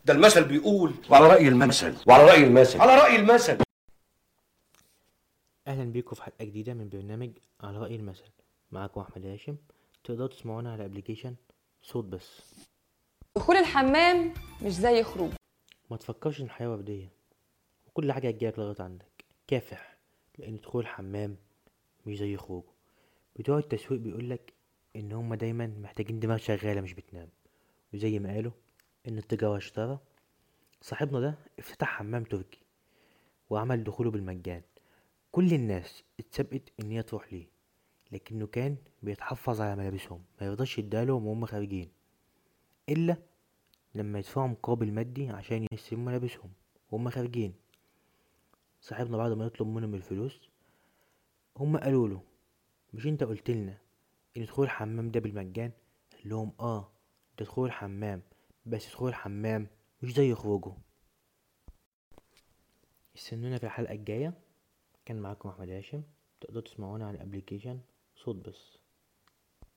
ده المثل بيقول وعلى رأي المثل وعلى رأي المثل على رأي المثل. اهلا بيكم في حلقه جديده من برنامج على راي المثل. معاكم احمد هاشم. تقدروا تسمعونا على ابلكيشن صوت بس. دخول الحمام مش زي خروج. ما تفكرش ان الحياه ورديه وكل حاجه هتجيلك لغايه عندك. كافح، لان دخول الحمام مش زي خروجه. بتوع التسويق بيقولك ان هما دايما محتاجين دماغ شغاله مش بتنام، وزي ما قالوا ان التجاره اشترى. صاحبنا ده افتتح حمام تركي وعمل دخوله بالمجان. كل الناس اتسبقت ان هي تروح ليه، لكنه كان بيتحفظ على ملابسهم، ما يرضاش يديهالهم وهم خارجين الا لما يدفعوا مقابل مادي عشان يسلموا ملابسهم وهم خارجين. صاحبنا بعد ما يطلب منهم الفلوس، هم قالوا له: مش انت قلت لنا ان دخول الحمام ده بالمجان؟ قال لهم: اه، ده دخول الحمام، بس دخول الحمام مش زي خروجه. استنونا في الحلقة الجاية. كان معاكم احمد هاشم. تقدروا تسمعونا على الابليكيشن صوت بس.